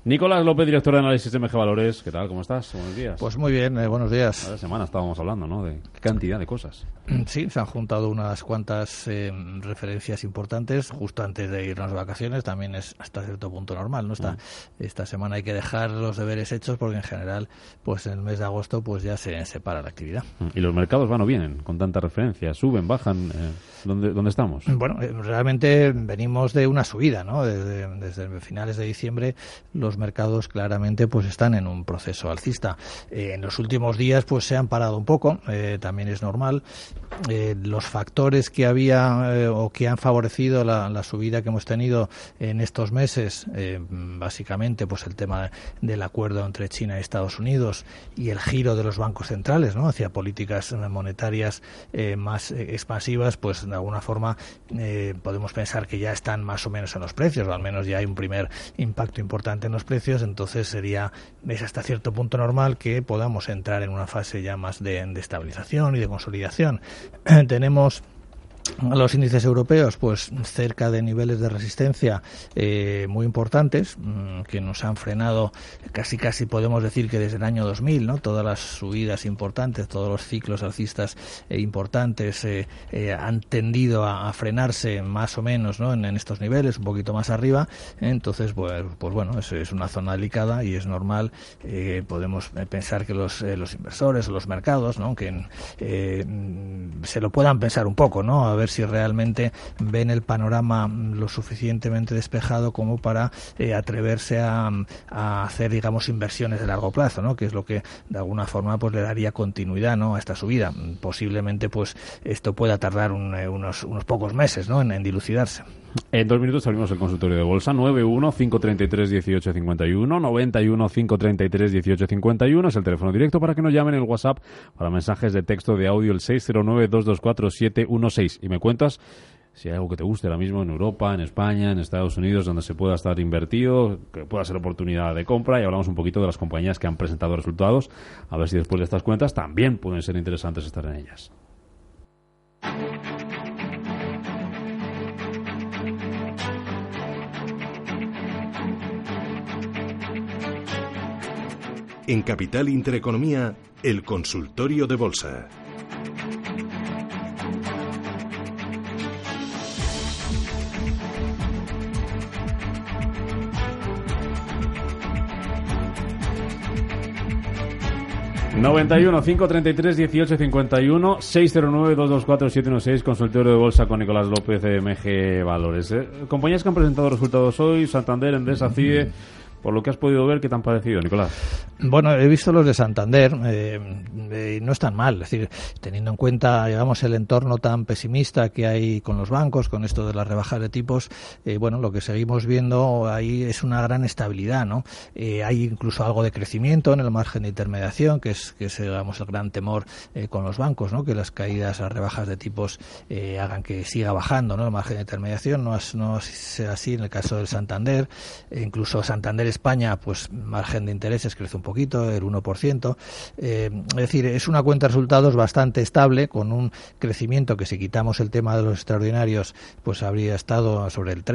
Nicolás López, director de análisis de MG Valores. ¿Qué tal? ¿Cómo estás? Buenos días. Pues muy bien, buenos días. Cada semana estábamos hablando, ¿no? De qué cantidad de cosas. Sí, se han juntado unas cuantas referencias importantes justo antes de irnos de vacaciones. También es hasta cierto punto normal, ¿no? Esta semana hay que dejar los deberes hechos porque en general, pues en el mes de agosto, pues ya se para la actividad. ¿Y los mercados van o vienen con tantas referencias? ¿Suben, bajan? ¿Dónde estamos? Bueno, realmente venimos de una subida, ¿no? Desde finales de diciembre los mercados claramente pues están en un proceso alcista. En los últimos días pues se han parado un poco, también es normal. Los factores que había o que han favorecido la subida que hemos tenido en estos meses, básicamente pues el tema del acuerdo entre China y Estados Unidos y el giro de los bancos centrales, ¿no? Hacia políticas monetarias más expansivas, pues de alguna forma podemos pensar que ya están más o menos en los precios, o al menos ya hay un primer impacto importante en los precios. Entonces es hasta cierto punto normal que podamos entrar en una fase ya más de estabilización y de consolidación. Tenemos los índices europeos pues cerca de niveles de resistencia muy importantes que nos han frenado casi podemos decir que desde el año 2000, ¿no? Todas las subidas importantes, todos los ciclos alcistas importantes han tendido a frenarse más o menos, ¿no? en estos niveles, un poquito más arriba. Entonces pues bueno, es una zona delicada y es normal. Podemos pensar que los inversores o los mercados, ¿no? que se lo puedan pensar un poco, ¿no? A ver si realmente ven el panorama lo suficientemente despejado como para atreverse a hacer, digamos, inversiones de largo plazo, ¿no? Que es lo que de alguna forma pues le daría continuidad, ¿no? a esta subida. Posiblemente pues esto pueda tardar unos pocos meses, ¿no? en dilucidarse. En 2 minutos abrimos el consultorio de bolsa. 91-533-1851, 91-533-1851 es el teléfono directo para que nos llamen. El WhatsApp para mensajes de texto, de audio, el 609-224-716. Y me cuentas si hay algo que te guste ahora mismo en Europa, en España, en Estados Unidos, donde se pueda estar invertido, que pueda ser oportunidad de compra, y hablamos un poquito de las compañías que han presentado resultados, a ver si después de estas cuentas también pueden ser interesantes estar en ellas. En Capital Intereconomía, el consultorio de bolsa. (91-533-1851) 609-224-716, consultorio de bolsa con Nicolás López de MG Valores. Compañías que han presentado resultados hoy: Santander, Endesa, CIE. Por lo que has podido ver, ¿qué te han parecido, Nicolás? Bueno, he visto los de Santander, no están mal, es decir, teniendo en cuenta, digamos, el entorno tan pesimista que hay con los bancos, con esto de las rebajas de tipos, bueno, lo que seguimos viendo ahí es una gran estabilidad, ¿no? Hay incluso algo de crecimiento en el margen de intermediación, que es digamos, el gran temor con los bancos, ¿no? Que las caídas, las rebajas de tipos hagan que siga bajando, ¿no? El margen de intermediación no es así en el caso del Santander. Incluso Santander España, pues margen de intereses crece un poquito, el 1%. Es decir, es una cuenta de resultados bastante estable, con un crecimiento que, si quitamos el tema de los extraordinarios, pues habría estado sobre el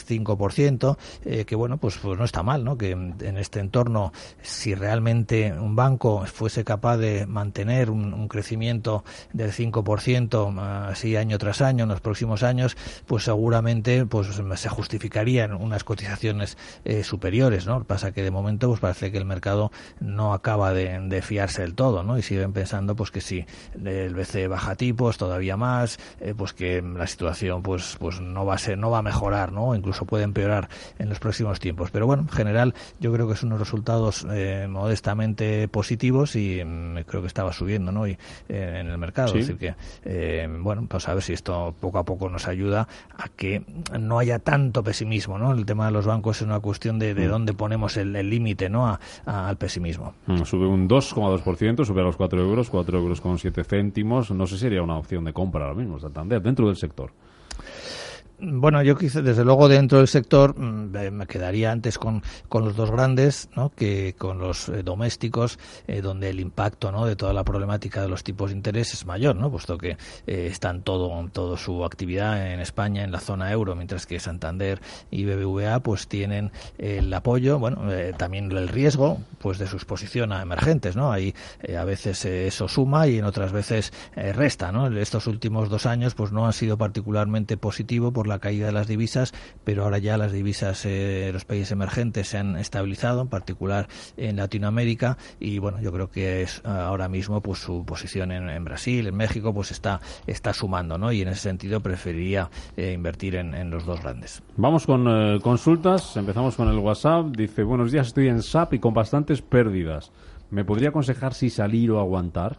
3-5%, que bueno, pues no está mal, ¿no? Que en este entorno, si realmente un banco fuese capaz de mantener un crecimiento del 5% así año tras año en los próximos años, pues seguramente pues se justificarían unas cotizaciones superiores, ¿no? Pasa que de momento pues parece que el mercado no acaba de fiarse del todo, ¿no? Y siguen pensando pues que si el BCE baja tipos todavía más, pues que la situación pues no va a mejorar, ¿no? Incluso puede empeorar en los próximos tiempos. Pero bueno, en general yo creo que son unos resultados modestamente positivos y creo que estaba subiendo, ¿no? Y en el mercado, sí. Es decir que bueno, pues a ver si esto poco a poco nos ayuda a que no haya tanto pesimismo, ¿no? El tema de los bancos es una cuestión de dónde ponemos el límite, ¿no? Al pesimismo. Sube un 2,2%, sube a los 4 euros, 4 euros con 7 céntimos. No sé si sería una opción de compra ahora mismo, Santander, dentro del sector. Bueno, yo quizá, desde luego, dentro del sector me quedaría antes con los dos grandes, ¿no?, que con los domésticos, donde el impacto, ¿no?, de toda la problemática de los tipos de interés es mayor, ¿no?, puesto que están todo su actividad en España, en la zona euro, mientras que Santander y BBVA pues tienen el apoyo, también el riesgo pues de su exposición a emergentes, ¿no? Ahí a veces eso suma y en otras veces resta, ¿no? Estos últimos 2 años pues no han sido particularmente positivos por la caída de las divisas, pero ahora ya las divisas de los países emergentes se han estabilizado, en particular en Latinoamérica, y bueno, yo creo que es ahora mismo pues su posición en Brasil, en México, pues está sumando, ¿no? Y en ese sentido preferiría invertir en los dos grandes. Vamos con consultas. Empezamos con el WhatsApp. Dice: buenos días, estoy en SAP y con bastantes pérdidas. ¿Me podría aconsejar si salir o aguantar?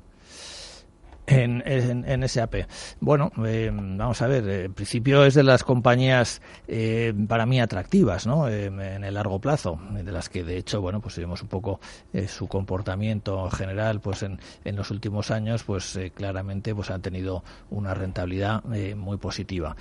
En SAP. Bueno, vamos a ver, en principio es de las compañías para mí atractivas, ¿no? En el largo plazo, de las que de hecho, bueno, pues vemos un poco su comportamiento general, pues en los últimos años, pues claramente pues han tenido una rentabilidad muy positiva.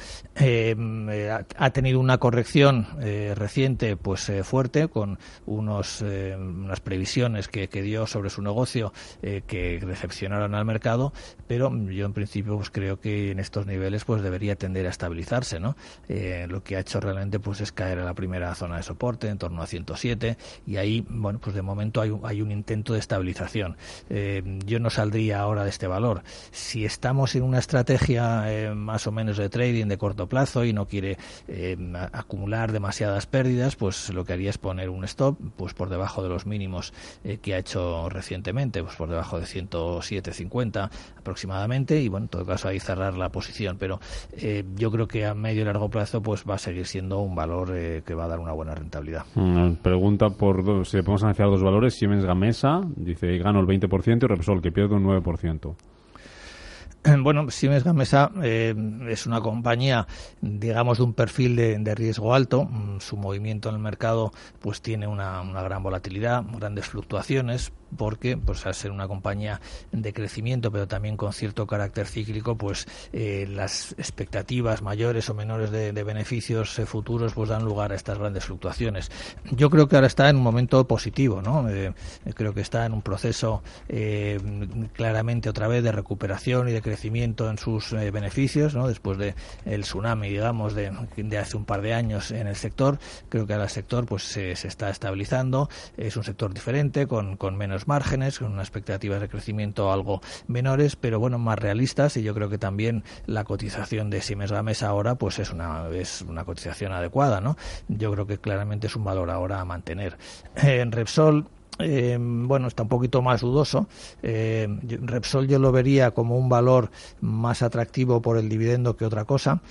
Ha tenido una corrección reciente, pues fuerte, con unas previsiones que dio sobre su negocio que decepcionaron al mercado, pero yo en principio pues creo que en estos niveles pues debería tender a estabilizarse, ¿no? Lo que ha hecho realmente pues es caer a la primera zona de soporte en torno a 107, y ahí, bueno, pues de momento hay un intento de estabilización. Yo no saldría ahora de este valor. Si estamos en una estrategia más o menos de trading de corto plazo y no quiere acumular demasiadas pérdidas, pues lo que haría es poner un stop pues por debajo de los mínimos que ha hecho recientemente, pues por debajo de 107.50 aproximadamente, y bueno, en todo caso ahí cerrar la posición, pero yo creo que a medio y largo plazo pues va a seguir siendo un valor que va a dar una buena rentabilidad. Pregunta por si le podemos analizar dos valores. Siemens Gamesa dice: gano el 20% y Repsol, que pierde un 9%. Bueno, Siemens Gamesa es una compañía, digamos, de un perfil de riesgo alto. Su movimiento en el mercado pues tiene una gran volatilidad, grandes fluctuaciones, porque pues al ser una compañía de crecimiento pero también con cierto carácter cíclico, pues las expectativas mayores o menores de beneficios futuros pues dan lugar a estas grandes fluctuaciones. Yo creo que ahora está en un momento positivo, ¿no? Creo que está en un proceso claramente otra vez de recuperación y de crecimiento en sus beneficios, ¿no? Después de el tsunami, digamos, de hace un par de años en el sector. Creo que ahora el sector pues se está estabilizando. Es un sector diferente, con menos márgenes, con unas expectativas de crecimiento algo menores, pero bueno, más realistas, y yo creo que también la cotización de Siemens Gamesa ahora pues es una cotización adecuada, ¿no? Yo creo que claramente es un valor ahora a mantener. En Repsol, bueno, está un poquito más dudoso. Repsol yo lo vería como un valor más atractivo por el dividendo que otra cosa.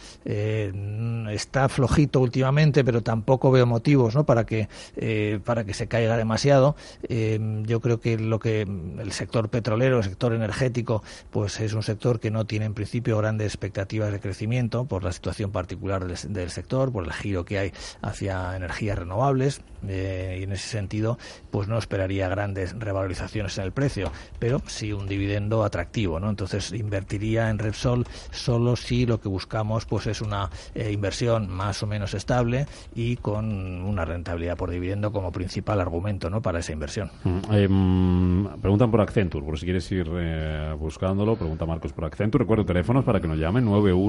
Está flojito últimamente, pero tampoco veo motivos, ¿no?, para que se caiga demasiado. Yo creo que el sector petrolero, el sector energético, pues es un sector que no tiene en principio grandes expectativas de crecimiento por la situación particular del sector, por el giro que hay hacia energías renovables, y en ese sentido pues no esperaría grandes revalorizaciones en el precio, pero sí un dividendo atractivo, ¿no? Entonces invertiría en Repsol solo si lo que buscamos pues es una inversión más o menos estable y con una rentabilidad por dividendo como principal argumento, ¿no?, para esa inversión. Preguntan por Accenture, por si quieres ir buscándolo. Pregunta Marcos por Accenture. Recuerdo teléfonos para que nos llamen: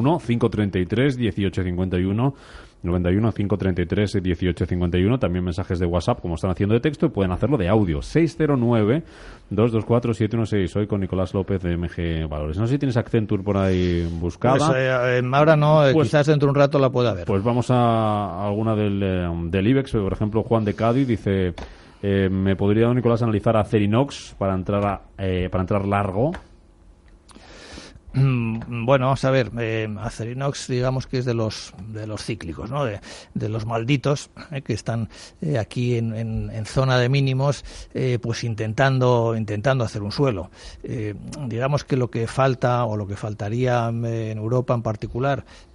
91-533-1851, 91-533-1851. También mensajes de WhatsApp, como están haciendo de texto, y pueden hacerlo de audio: 609-224-716. Hoy con Nicolás López de MG Valores. No sé si tienes Accenture por ahí buscada. Pues, ahora no, pues, quizás dentro de un rato la pueda ver. Pues vamos a alguna del IBEX. Por ejemplo, Juan de Cádiz dice: ¿me podría, don Nicolás, analizar a Acerinox para entrar largo? Bueno, vamos a ver, Acerinox, digamos que es de los cíclicos, ¿no?, de los malditos, que están aquí en zona de mínimos, pues intentando hacer un suelo. Digamos que lo que falta, o lo que faltaría en Europa en particular,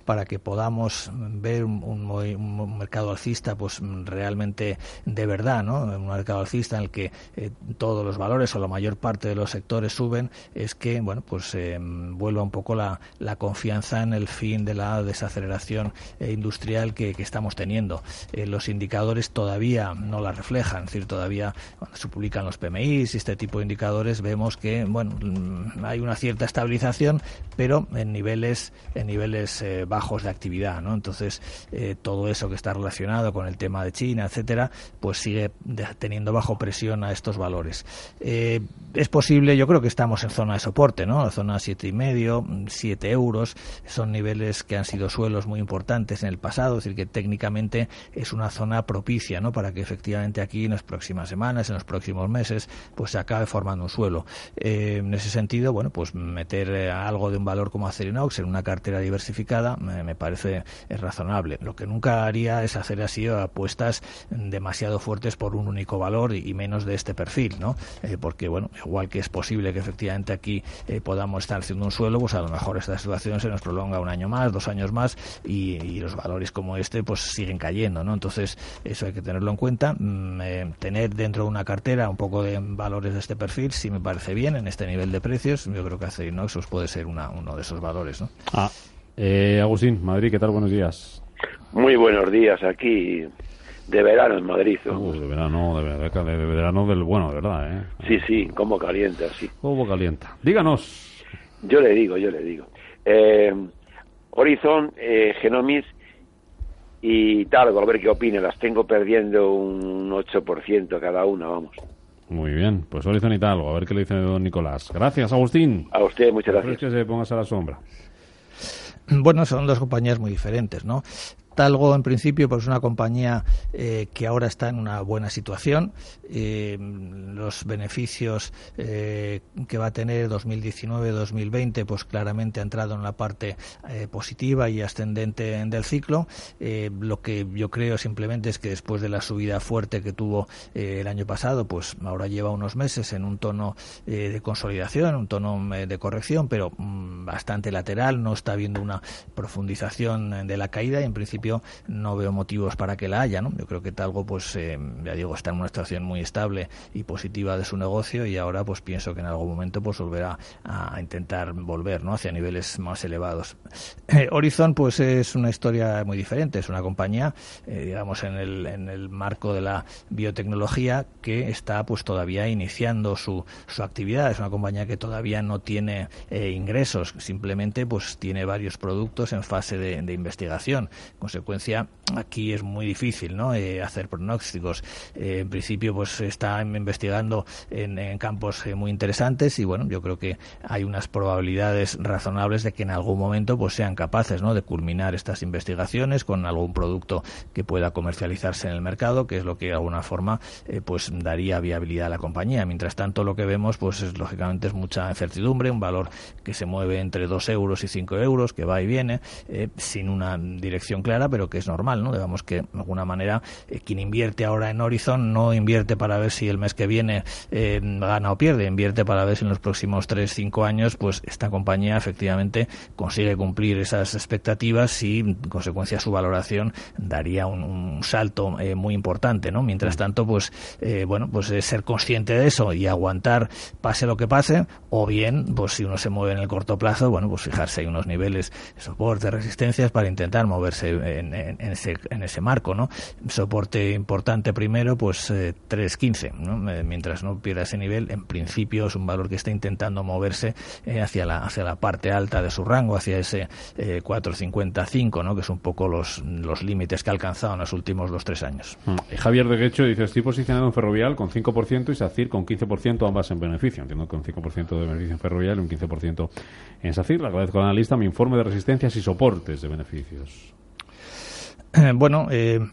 para que podamos ver un mercado alcista pues realmente de verdad, ¿no? Un mercado alcista en el que todos los valores o la mayor parte de los sectores suben, es que bueno, pues vuelva un poco la confianza en el fin de la desaceleración industrial que estamos teniendo. Los indicadores todavía no la reflejan, es decir, todavía cuando se publican los PMIs y este tipo de indicadores vemos que bueno, hay una cierta estabilización, pero en niveles bajos de actividad, ¿no? Entonces todo eso que está relacionado con el tema de China, etcétera, pues sigue teniendo bajo presión a estos valores. Es posible, yo creo que estamos en zona de soporte, ¿no? La zona 7,5, 7 euros, son niveles que han sido suelos muy importantes en el pasado, es decir, que técnicamente es una zona propicia, ¿no? Para que efectivamente aquí en las próximas semanas, en los próximos meses, pues se acabe formando un suelo. En ese sentido, bueno, pues meter algo de un valor como Acerinox en una cartera diversificada me parece razonable. Lo que nunca haría es hacer así apuestas demasiado fuertes por un único valor y menos de este perfil, ¿no? Porque, bueno, igual que es posible que efectivamente aquí podamos estar haciendo un suelo, pues a lo mejor esta situación se nos prolonga 1 año más, 2 años más y los valores como este pues siguen cayendo, ¿no? Entonces eso hay que tenerlo en cuenta. Tener dentro de una cartera un poco de valores de este perfil sí me parece bien en este nivel de precios. Yo creo que Acerinox puede ser uno de esos valores, ¿no? Agustín, Madrid, ¿qué tal? Buenos días. Muy buenos días, aquí de verano en Madrid. De verano del bueno, de verdad, ¿eh? Sí, como calienta, sí. Como calienta. Díganos. Yo le digo. Horizon, Genomics y Talgo, a ver qué opina. Las tengo perdiendo un 8% cada una, vamos. Muy bien, pues Horizon y Talgo, a ver qué le dice don Nicolás. Gracias, Agustín. A usted, muchas gracias. Es que se pongas a la sombra. Bueno, son dos compañías muy diferentes, ¿no? Talgo, en principio, pues es una compañía que ahora está en una buena situación. Los beneficios que va a tener 2019-2020, pues claramente ha entrado en la parte positiva y ascendente del ciclo. Lo que yo creo simplemente es que después de la subida fuerte que tuvo el año pasado, pues ahora lleva unos meses en un tono de consolidación, un tono de corrección, pero bastante lateral. No está habiendo una profundización de la caída y, en principio, no veo motivos para que la haya, ¿no? Yo creo que Talgo, pues ya digo, está en una situación muy estable y positiva de su negocio y ahora pues pienso que en algún momento pues volverá a intentar volver, ¿no?, hacia niveles más elevados. Horizon, pues es una historia muy diferente, es una compañía digamos en el marco de la biotecnología que está pues todavía iniciando su actividad. Es una compañía que todavía no tiene ingresos, simplemente pues tiene varios productos en fase de investigación. Consecuencia, aquí es muy difícil, ¿no?, hacer pronósticos. En principio pues está investigando en campos muy interesantes y bueno, yo creo que hay unas probabilidades razonables de que en algún momento pues sean capaces, ¿no?, de culminar estas investigaciones con algún producto que pueda comercializarse en el mercado, que es lo que de alguna forma pues daría viabilidad a la compañía. Mientras tanto, lo que vemos pues es lógicamente es mucha incertidumbre, un valor que se mueve entre 2 euros y 5 euros, que va y viene, sin una dirección clara, pero que es normal, ¿no? Digamos que de alguna manera quien invierte ahora en Horizon no invierte para ver si el mes que viene gana o pierde, invierte para ver si en los próximos 3-5 años pues esta compañía efectivamente consigue cumplir esas expectativas y en consecuencia su valoración daría un salto muy importante, ¿no? Mientras tanto, pues bueno, pues es ser consciente de eso y aguantar pase lo que pase, o bien pues si uno se mueve en el corto plazo, bueno, pues fijarse en unos niveles de soporte, resistencias para intentar moverse en ese marco, ¿no? Soporte importante primero, pues 3.15, ¿no? Mientras no pierda ese nivel, en principio es un valor que está intentando moverse hacia la parte alta de su rango, hacia ese 4.55, ¿no?, que es un poco los límites que ha alcanzado en los últimos 2-3 años. Javier de Guecho dice: estoy posicionado en Ferrovial con 5% y SACIR con 15%, ambas en beneficio. Entiendo que un 5% de beneficio en Ferrovial y un 15% en SACIR. Le agradezco al analista mi informe de resistencias y soportes de beneficios. Bueno,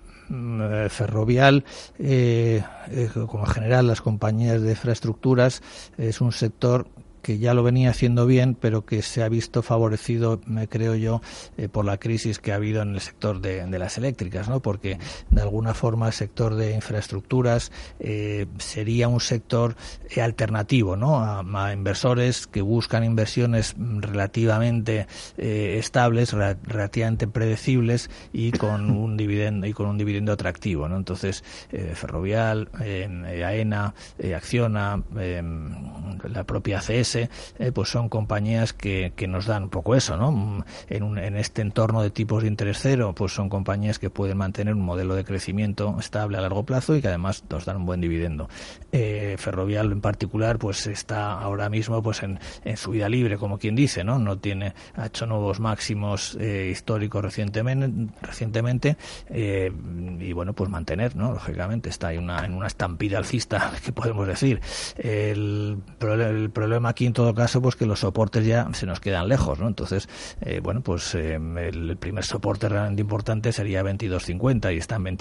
Ferrovial, como en general las compañías de infraestructuras, es un sector que ya lo venía haciendo bien, pero que se ha visto favorecido, creo yo, por la crisis que ha habido en el sector de las eléctricas, ¿no? Porque de alguna forma el sector de infraestructuras sería un sector alternativo, ¿no? A inversores que buscan inversiones relativamente estables, relativamente predecibles y con un dividendo atractivo, ¿no? Entonces, Ferrovial, AENA, Acciona, la propia ACS, pues son compañías que nos dan un poco eso, ¿no? En este entorno de tipos de interés cero, pues son compañías que pueden mantener un modelo de crecimiento estable a largo plazo y que además nos dan un buen dividendo. Ferrovial en particular, pues está ahora mismo pues en subida libre, como quien dice, ¿no? Ha hecho nuevos máximos históricos recientemente y bueno, pues mantener, ¿no? Lógicamente está en una estampida alcista, que podemos decir. El problema aquí en todo caso, pues que los soportes ya se nos quedan lejos, ¿no? Entonces, bueno, pues el primer soporte realmente importante sería 22.50 y está en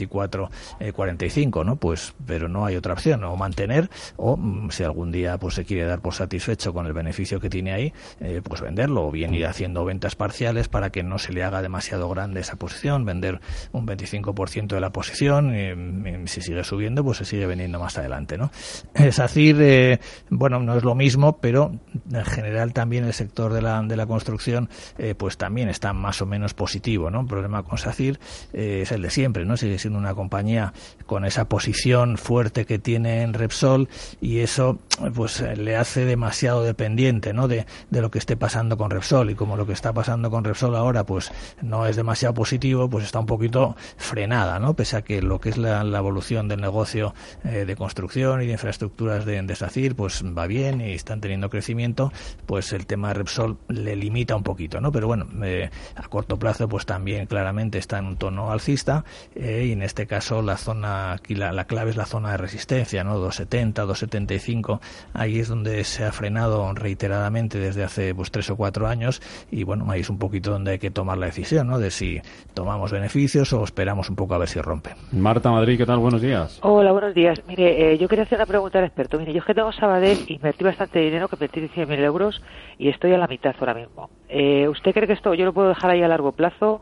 24.45, ¿no? Pues, pero no hay otra opción, o mantener, o si algún día pues se quiere dar por satisfecho con el beneficio que tiene ahí, pues venderlo, o bien ir haciendo ventas parciales para que no se le haga demasiado grande esa posición, vender un 25% de la posición, si sigue subiendo, pues se sigue vendiendo más adelante, ¿no? SACIR, bueno, no es lo mismo, pero en general también el sector de la construcción, pues también está más o menos positivo, ¿no? El problema con SACIR es el de siempre, ¿no? Sigue siendo una compañía con esa posición fuerte que tiene en Repsol y eso pues le hace demasiado dependiente, ¿no? de lo que esté pasando con Repsol, y como lo que está pasando con Repsol ahora pues no es demasiado positivo, pues está un poquito frenada, ¿no? Pese a que lo que es la evolución del negocio de construcción y de infraestructuras de SACIR pues va bien y están teniendo crecimiento, pues el tema de Repsol le limita un poquito, ¿no? Pero bueno, a corto plazo pues también claramente está en un tono alcista, y en este caso la zona aquí, la clave es la zona de resistencia, ¿no? 2.70, 2.75, ahí es donde se ha frenado reiteradamente desde hace pues 3 o 4 años, y bueno, ahí es un poquito donde hay que tomar la decisión, ¿no? De si tomamos beneficios o esperamos un poco a ver si rompe. Marta Madrid, ¿qué tal? Buenos días. Hola, buenos días. Mire, yo quería hacer una pregunta al experto. Mire, yo es que tengo Sabadell, invertí bastante dinero, que invertí 100.000 euros y estoy a la mitad ahora mismo. ¿Usted cree que esto yo lo puedo dejar ahí a largo plazo?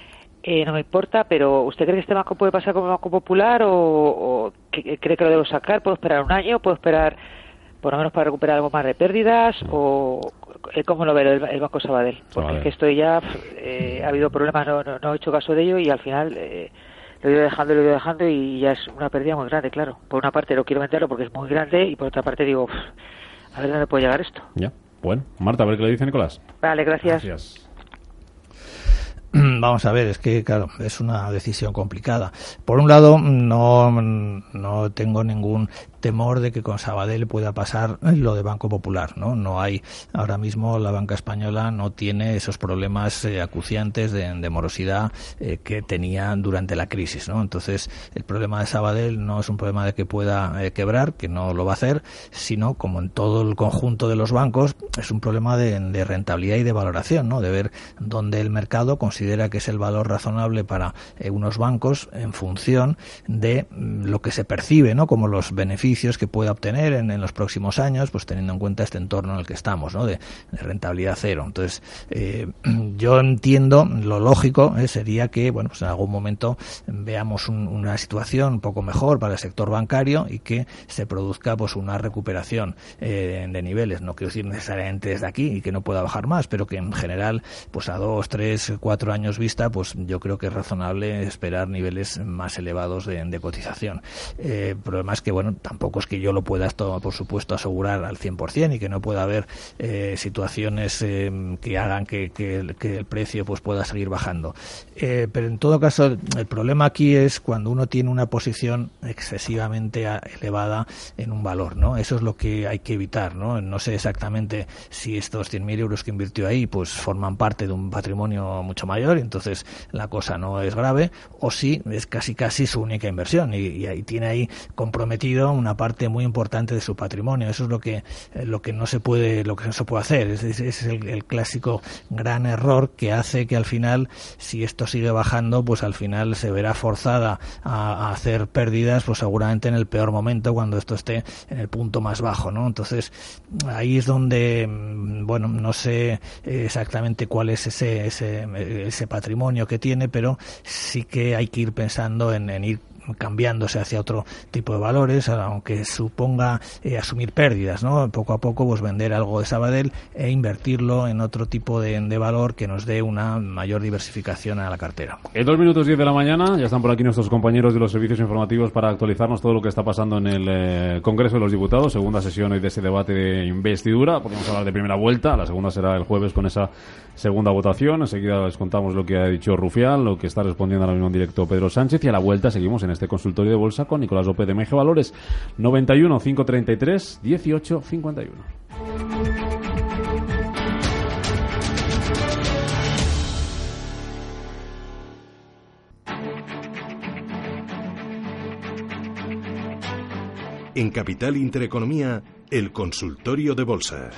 No me importa, pero ¿usted cree que este banco puede pasar como el Banco Popular o cree que lo debo sacar? ¿Puedo esperar un año? ¿Puedo esperar por lo menos para recuperar algo más de pérdidas? ¿O cómo lo ve el Banco Sabadell? Porque es que estoy ya, ha habido problemas, no he hecho caso de ello y al final lo he ido dejando y ya es una pérdida muy grande, claro. Por una parte no quiero venderlo porque es muy grande y por otra parte digo, a ver dónde puede llegar esto. Ya, bueno. Marta, a ver qué le dice Nicolás. Vale, gracias. Vamos a ver, es que claro, es una decisión complicada. Por un lado, no tengo ningún temor de que con Sabadell pueda pasar lo de Banco Popular, ¿no? No hay, ahora mismo la banca española no tiene esos problemas acuciantes de morosidad que tenía durante la crisis, ¿no? Entonces, el problema de Sabadell no es un problema de que pueda quebrar, que no lo va a hacer, sino, como en todo el conjunto de los bancos, es un problema de rentabilidad y de valoración, ¿no? De ver dónde el mercado considera que es el valor razonable para unos bancos en función de lo que se percibe, ¿no? Como los beneficios que pueda obtener en los próximos años, pues teniendo en cuenta este entorno en el que estamos, ¿no? De rentabilidad cero. Entonces, yo entiendo, lo lógico sería que, bueno, pues en algún momento veamos una situación un poco mejor para el sector bancario y que se produzca pues una recuperación de niveles. No quiero decir necesariamente desde aquí y que no pueda bajar más, pero que en general, pues a 2, 3, 4 años vista, pues yo creo que es razonable esperar niveles más elevados de cotización. El problema es que, bueno, tampoco es que yo lo pueda, por supuesto, asegurar al 100% y que no pueda haber situaciones que hagan que el precio pues pueda seguir bajando. Pero en todo caso, el problema aquí es cuando uno tiene una posición excesivamente elevada en un valor, ¿no? Eso es lo que hay que evitar, ¿no? No sé exactamente si estos 100.000 euros que invirtió ahí pues forman parte de un patrimonio mucho mayor y entonces la cosa no es grave, o si es casi su única inversión y tiene ahí comprometido una una parte muy importante de su patrimonio. Eso es lo que no se puede hacer. Es el clásico gran error que hace que al final, si esto sigue bajando, pues al final se verá forzada a hacer pérdidas, pues seguramente en el peor momento, cuando esto esté en el punto más bajo, ¿no? Entonces ahí es donde, bueno, no sé exactamente cuál es ese patrimonio que tiene, pero sí que hay que ir pensando en ir cambiándose hacia otro tipo de valores, aunque suponga asumir pérdidas, ¿no? Poco a poco pues vender algo de Sabadell e invertirlo en otro tipo de valor que nos dé una mayor diversificación a la cartera. En 2:10 de la mañana, ya están por aquí nuestros compañeros de los servicios informativos para actualizarnos todo lo que está pasando en el Congreso de los Diputados, segunda sesión hoy de ese debate de investidura. Podríamos hablar de primera vuelta, la segunda será el jueves con esa segunda votación. Enseguida les contamos lo que ha dicho Rufián, lo que está respondiendo ahora mismo en directo Pedro Sánchez, y a la vuelta seguimos en este consultorio de bolsa con Nicolás López de MG Valores. 91 533 18 51. En Capital Intereconomía, el consultorio de bolsa.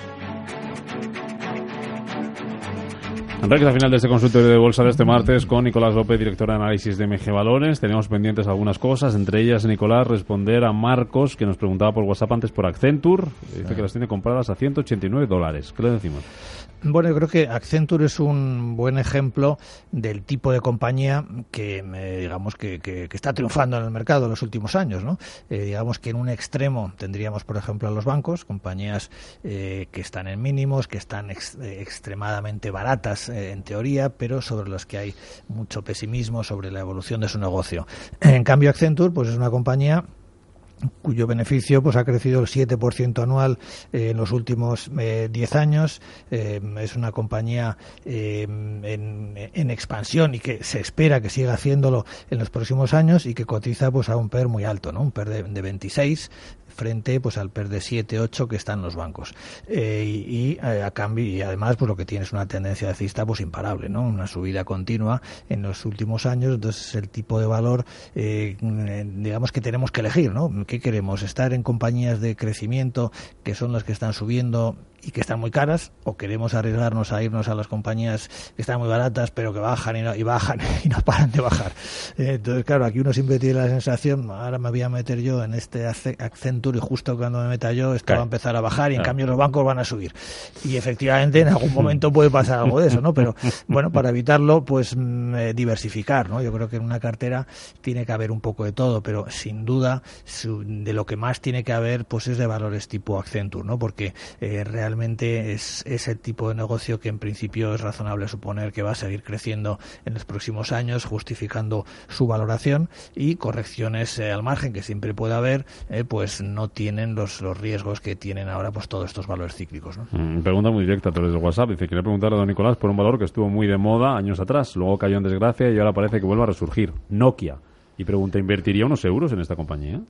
En recta final de este consultorio de bolsa de este martes con Nicolás López, director de análisis de MG Valores. Teníamos pendientes algunas cosas, entre ellas, Nicolás, responder a Marcos, que nos preguntaba por WhatsApp antes por Accenture. Dice que las tiene compradas a $189. ¿Qué le decimos? Bueno, yo creo que Accenture es un buen ejemplo del tipo de compañía que digamos que está triunfando en el mercado en los últimos años, ¿no? Digamos que en un extremo tendríamos, por ejemplo, a los bancos, compañías que están en mínimos, que están extremadamente baratas en teoría, pero sobre las que hay mucho pesimismo sobre la evolución de su negocio. En cambio, Accenture pues es una compañía cuyo beneficio pues ha crecido el 7% anual en los últimos 10 años. Es una compañía en expansión y que se espera que siga haciéndolo en los próximos años, y que cotiza pues a un PER muy alto, ¿no? Un PER de 26 frente pues al PER de 7-8 que están los bancos, a cambio, y además pues lo que tiene es una tendencia alcista pues imparable, ¿no? Una subida continua en los últimos años. Entonces es el tipo de valor digamos que tenemos que elegir, ¿no? ¿Qué queremos? ¿Estar en compañías de crecimiento que son las que están subiendo y que están muy caras, o queremos arriesgarnos a irnos a las compañías que están muy baratas pero que bajan y bajan y no paran de bajar? Entonces claro, aquí uno siempre tiene la sensación, ahora me voy a meter yo en este Accenture y justo cuando me meta yo esto va a empezar a bajar y en cambio los bancos van a subir, y efectivamente en algún momento puede pasar algo de eso, ¿no? Pero bueno, para evitarlo pues diversificar, ¿no? Yo creo que en una cartera tiene que haber un poco de todo, pero sin duda de lo que más tiene que haber pues es de valores tipo Accenture, ¿no? Porque realmente es el tipo de negocio que en principio es razonable suponer que va a seguir creciendo en los próximos años, justificando su valoración, y correcciones al margen que siempre puede haber, pues no tienen los riesgos que tienen ahora pues todos estos valores cíclicos, ¿no? Pregunta muy directa a través de WhatsApp. Dice, quería preguntarle a don Nicolás por un valor que estuvo muy de moda años atrás, luego cayó en desgracia y ahora parece que vuelve a resurgir, Nokia. Y pregunta, ¿invertiría unos euros en esta compañía?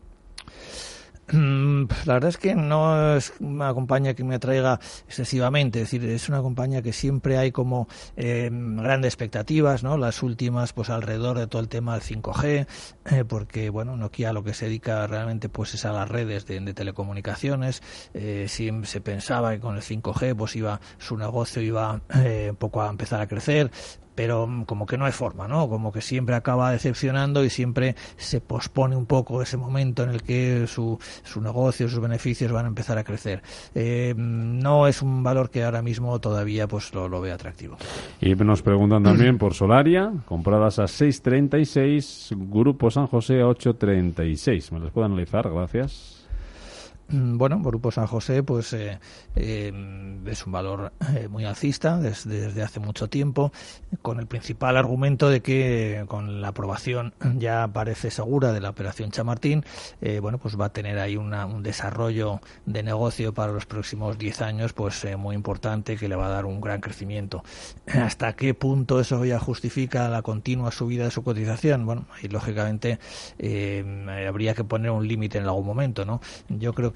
La verdad es que no es una compañía que me atraiga excesivamente, es decir, es una compañía que siempre hay como grandes expectativas, ¿no? Las últimas pues alrededor de todo el tema del 5G, porque bueno, Nokia lo que se dedica realmente pues es a las redes de telecomunicaciones. Se pensaba que con el 5G pues su negocio iba un poco a empezar a crecer, pero como que no hay forma, ¿no? Como que siempre acaba decepcionando y siempre se pospone un poco ese momento en el que su negocio, sus beneficios van a empezar a crecer. No es un valor que ahora mismo todavía pues lo veo atractivo. Y nos preguntan también por Solaria, compradas a 6.36, Grupo San José a 8.36. ¿Me las puedo analizar? Gracias. Bueno, Grupo San José pues es un valor muy alcista desde hace mucho tiempo, con el principal argumento de que con la aprobación ya parece segura de la operación Chamartín, bueno, pues va a tener ahí un desarrollo de negocio para los próximos 10 años pues muy importante, que le va a dar un gran crecimiento. ¿Hasta qué punto eso ya justifica la continua subida de su cotización? Bueno, ahí lógicamente habría que poner un límite en algún momento, ¿no? Yo creo que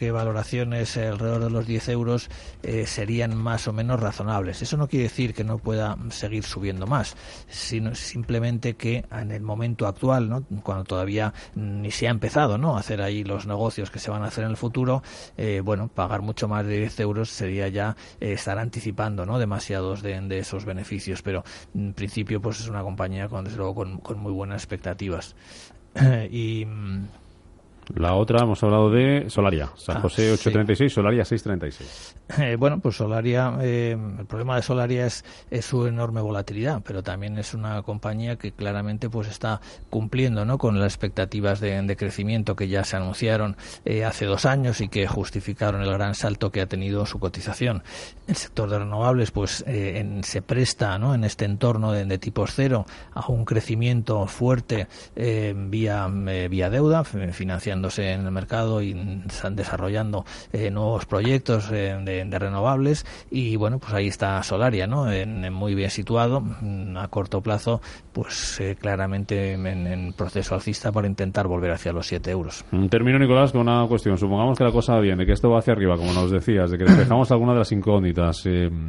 que valoraciones alrededor de los 10 euros serían más o menos razonables. Eso no quiere decir que no pueda seguir subiendo más, sino simplemente que en el momento actual, ¿no?, cuando todavía ni se ha empezado, ¿no?, a hacer ahí los negocios que se van a hacer en el futuro, pagar mucho más de 10 euros sería ya estar anticipando, ¿no?, demasiados de esos beneficios, pero en principio pues es una compañía desde luego con muy buenas expectativas. Y la otra, hemos hablado de Solaria, San José 836, sí. Solaria 636. Pues Solaria, el problema de Solaria es su enorme volatilidad, pero también es una compañía que claramente pues está cumpliendo, ¿no?, con las expectativas de crecimiento que ya se anunciaron hace 2 años y que justificaron el gran salto que ha tenido su cotización. El sector de renovables pues se presta, ¿no?, en este entorno de tipos cero a un crecimiento fuerte vía deuda, financiándose en el mercado y están desarrollando nuevos proyectos de renovables, y bueno, pues ahí está Solaria, ¿no?, muy bien situado a corto plazo, pues claramente en proceso alcista para intentar volver hacia los 7 euros. Termino, Nicolás, con una cuestión. Supongamos que la cosa va bien, de que esto va hacia arriba, como nos decías, de que despejamos alguna de las incógnitas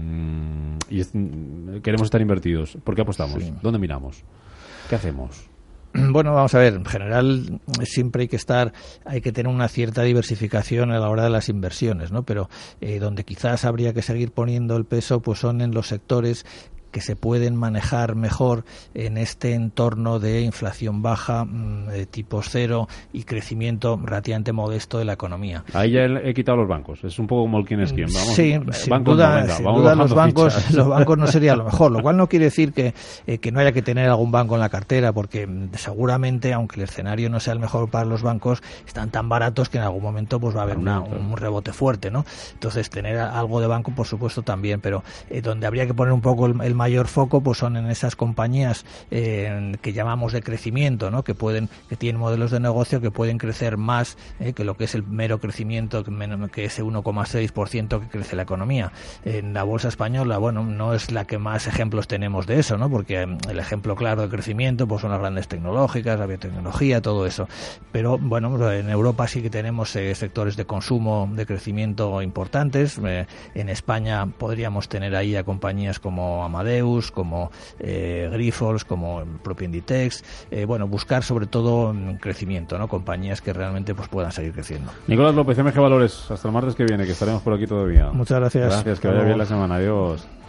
y queremos estar invertidos. ¿Por qué apostamos? Sí. ¿Dónde miramos? ¿Qué hacemos? Bueno, vamos a ver, en general siempre hay que tener una cierta diversificación a la hora de las inversiones, ¿no? Pero donde quizás habría que seguir poniendo el peso pues son en los sectores que se pueden manejar mejor en este entorno de inflación baja, de tipos cero y crecimiento relativamente modesto de la economía. Ahí ya he quitado los bancos, es un poco como el quién es quién. Vamos, sí, sin duda los bancos no sería lo mejor, lo cual no quiere decir que no haya que tener algún banco en la cartera, porque seguramente, aunque el escenario no sea el mejor para los bancos, están tan baratos que en algún momento pues va a haber un rebote fuerte, ¿no? Entonces tener algo de banco, por supuesto, también, pero donde habría que poner un poco el mayor foco pues son en esas compañías que llamamos de crecimiento, ¿no?, que tienen modelos de negocio que pueden crecer más que lo que es el mero crecimiento, que ese 1,6% que crece la economía. En la bolsa española, bueno, no es la que más ejemplos tenemos de eso, ¿no?, porque el ejemplo claro de crecimiento pues son las grandes tecnológicas, la biotecnología, todo eso. Pero bueno, en Europa sí que tenemos sectores de consumo de crecimiento importantes. En España podríamos tener ahí a compañías como Amadeus, como Grifols, como el propio Inditex, buscar sobre todo crecimiento, ¿no?, compañías que realmente pues puedan seguir creciendo. Nicolás López, MG Valores, hasta el martes que viene, que estaremos por aquí todavía. Muchas gracias. Gracias, que vaya bien la semana, adiós.